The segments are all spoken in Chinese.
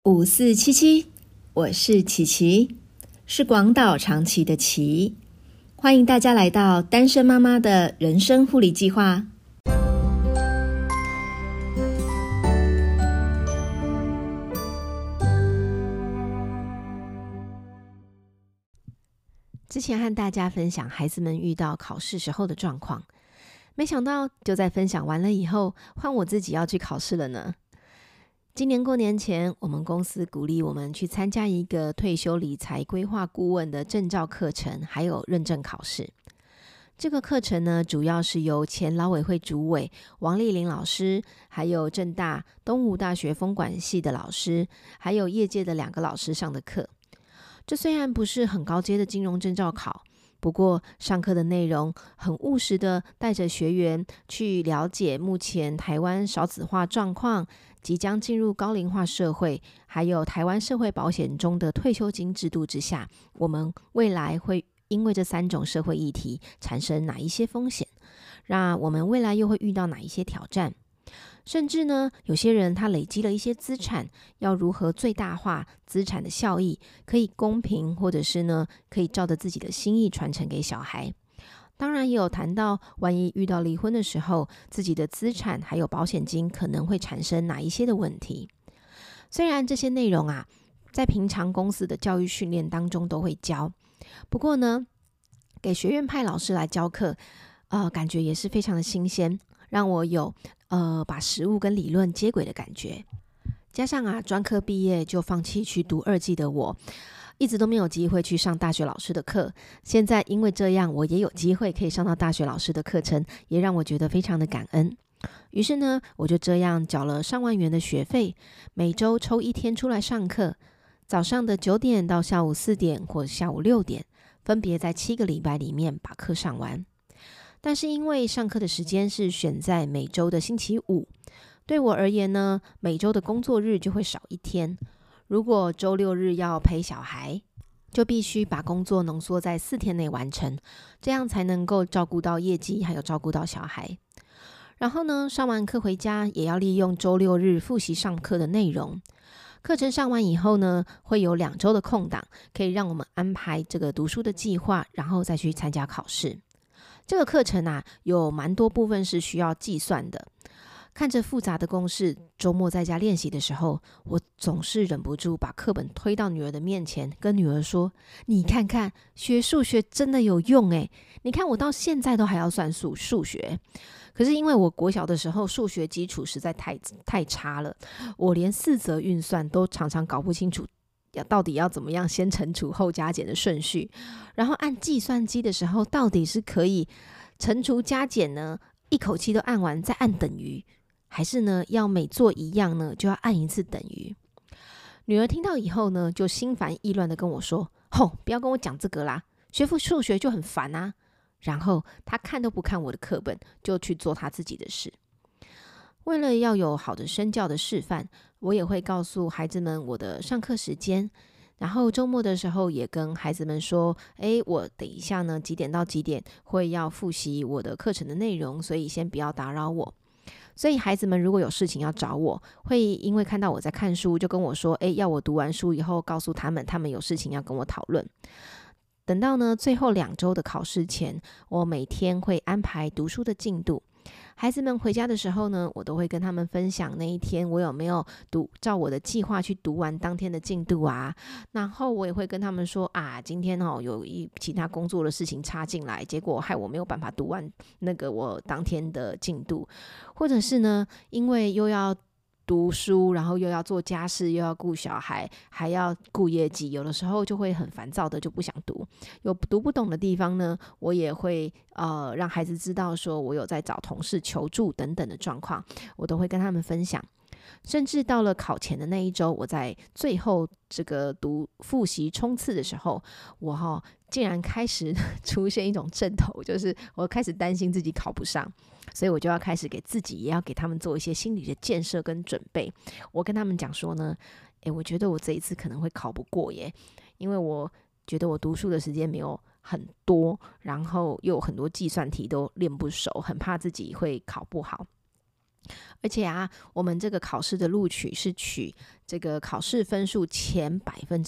5477，我是琪琪，是广岛长崎的琪，欢迎大家来到单身妈妈的人生护理计划。之前和大家分享孩子们遇到考试时候的状况，没想到就在分享完了以后，换我自己要去考试了呢。今年过年前，我们公司鼓励我们去参加一个退休理财规划顾问的证照课程，还有认证考试。这个课程呢，主要是由前劳委会主委王丽玲老师，还有政大东吴大学风管系的老师，还有业界的2个老师上的课。这虽然不是很高阶的金融证照考，不过上课的内容很务实的带着学员去了解目前台湾少子化状况，即将进入高龄化社会，还有台湾社会保险中的退休金制度之下，我们未来会因为这3种社会议题产生哪一些风险，那我们未来又会遇到哪一些挑战。甚至呢，有些人他累积了一些资产，要如何最大化资产的效益，可以公平，或者是呢，可以照着自己的心意传承给小孩。当然也有谈到，万一遇到离婚的时候，自己的资产还有保险金可能会产生哪一些的问题。虽然这些内容啊，在平常公司的教育训练当中都会教，不过呢，给学院派老师来教课，感觉也是非常的新鲜，让我有把实务跟理论接轨的感觉。加上啊，专科毕业就放弃去读2技的我，一直都没有机会去上大学老师的课。现在因为这样，我也有机会可以上到大学老师的课程，也让我觉得非常的感恩。于是呢，我就这样缴了上万元的学费，每周抽1天出来上课，早上的9点到下午4点或下午6点，分别在7个礼拜里面把课上完。但是因为上课的时间是选在每周的星期5，对我而言呢，每周的工作日就会少1天。如果周6日要陪小孩，就必须把工作浓缩在4天内完成，这样才能够照顾到业绩，还有照顾到小孩。然后呢，上完课回家也要利用周6日复习上课的内容。课程上完以后呢，会有2周的空档，可以让我们安排这个读书的计划，然后再去参加考试。这个课程啊，有蛮多部分是需要计算的。看着复杂的公式，周末在家练习的时候，我总是忍不住把课本推到女儿的面前，跟女儿说：“你看看，学数学真的有用诶！你看我到现在都还要算数学。”可是因为我国小的时候数学基础实在太差了，我连4则运算都常常搞不清楚。到底要怎么样先乘除后加减的顺序，然后按计算机的时候到底是可以乘除加减呢一口气都按完再按等于，还是呢要每做一样呢就要按1次等于。女儿听到以后呢，就心烦意乱的跟我说：“不要跟我讲这个啦，学数学就很烦啊。”然后她看都不看我的课本，就去做她自己的事。为了要有好的身教的示范，我也会告诉孩子们我的上课时间，然后周末的时候也跟孩子们说，我等一下呢几点到几点会要复习我的课程的内容，所以先不要打扰我。所以孩子们如果有事情要找我，会因为看到我在看书，就跟我说，要我读完书以后告诉他们有事情要跟我讨论。等到呢最后2周的考试前，我每天会安排读书的进度。孩子们回家的时候呢，我都会跟他们分享那一天我有没有照我的计划去读完当天的进度啊。然后我也会跟他们说啊，今天有其他工作的事情插进来，结果害我没有办法读完那个我当天的进度，或者是呢，因为又要读书，然后又要做家事，又要顾小孩，还要顾业绩，有的时候就会很烦躁的，就不想读。有读不懂的地方呢，我也会让孩子知道说我有在找同事求助等等的状况，我都会跟他们分享。甚至到了考前的那一周，我在最后这个复习冲刺的时候，我竟然开始出现一种症头，就是我开始担心自己考不上，所以我就要开始给自己，也要给他们做一些心理的建设跟准备。我跟他们讲说呢，我觉得我这一次可能会考不过耶，因为我觉得我读书的时间没有很多，然后又有很多计算题都练不熟，很怕自己会考不好。 而且我们这个考试的录取是取这个考试分数前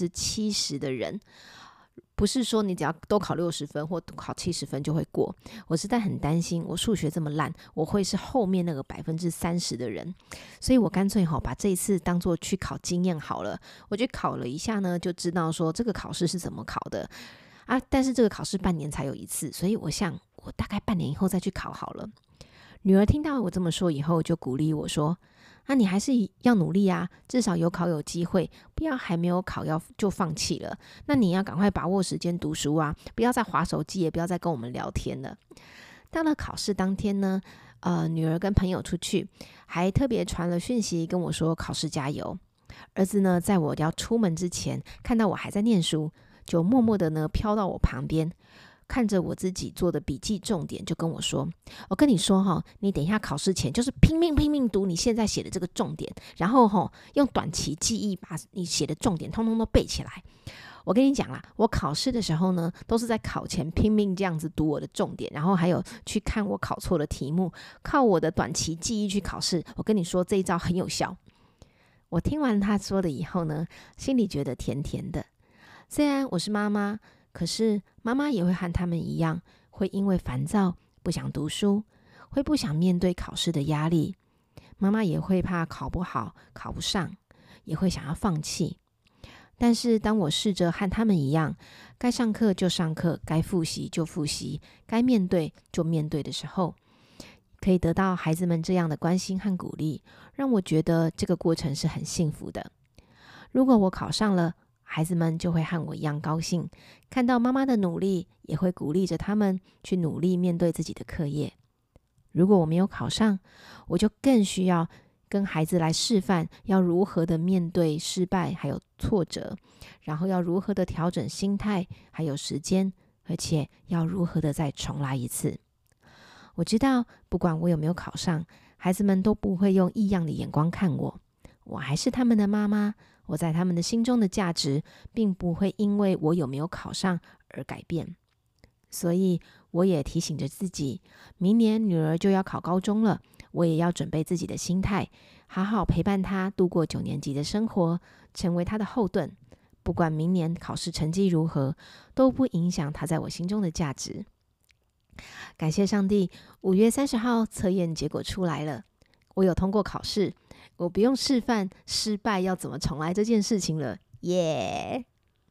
70%的人，不是说你只要都考60分或考70分就会过。我实在很担心我数学这么烂，我会是后面那个30%的人，所以我干脆把这一次当作去考经验好了。我去考了一下呢，就知道说这个考试是怎么考的但是这个考试半年才有一次，所以我想我大概半年以后再去考好了。女儿听到我这么说以后，就鼓励我说你还是要努力至少有考有机会，不要还没有考就放弃了。那你要赶快把握时间读书不要再滑手机，也不要再跟我们聊天了。到了考试当天呢，女儿跟朋友出去，还特别传了讯息跟我说考试加油。儿子呢，在我要出门之前，看到我还在念书，就默默的呢飘到我旁边，看着我自己做的笔记重点，就跟我说，我跟你说你等一下考试前就是拼命读你现在写的这个重点，然后用短期记忆把你写的重点通通都背起来。我跟你讲我考试的时候呢，都是在考前拼命这样子读我的重点，然后还有去看我考错的题目，靠我的短期记忆去考试。我跟你说这一招很有效。我听完他说的以后呢，心里觉得甜甜的。虽然我是妈妈，可是妈妈也会和他们一样，会因为烦躁不想读书，会不想面对考试的压力。妈妈也会怕考不好考不上，也会想要放弃。但是当我试着和他们一样，该上课就上课，该复习就复习，该面对就面对的时候，可以得到孩子们这样的关心和鼓励，让我觉得这个过程是很幸福的。如果我考上了，孩子们就会和我一样高兴，看到妈妈的努力，也会鼓励着他们去努力面对自己的课业。如果我没有考上，我就更需要跟孩子来示范要如何的面对失败还有挫折，然后要如何的调整心态还有时间，而且要如何的再重来一次。我知道不管我有没有考上，孩子们都不会用异样的眼光看我，我还是他们的妈妈，我在他们的心中的价值并不会因为我有没有考上而改变。所以我也提醒着自己，明年女儿就要考高中了，我也要准备自己的心态，好好陪伴她度过9年级的生活，成为她的后盾。不管明年考试成绩如何，都不影响她在我心中的价值。感谢上帝，5月30号测验结果出来了，我有通过考试，我不用示范失败要怎么重来这件事情了，耶！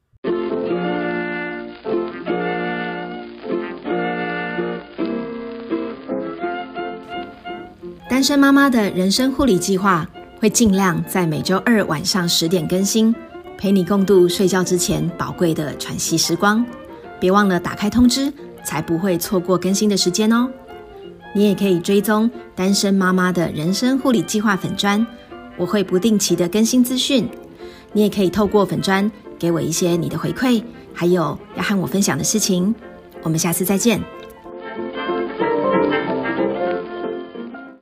单身妈妈的人生护理计划会尽量在每周2晚上10点更新，陪你共度睡觉之前宝贵的喘息时光。别忘了打开通知，才不会错过更新的时间哦。你也可以追踪单身妈妈的人生护理计划粉专，我会不定期的更新资讯。你也可以透过粉专给我一些你的回馈，还有要和我分享的事情。我们下次再见。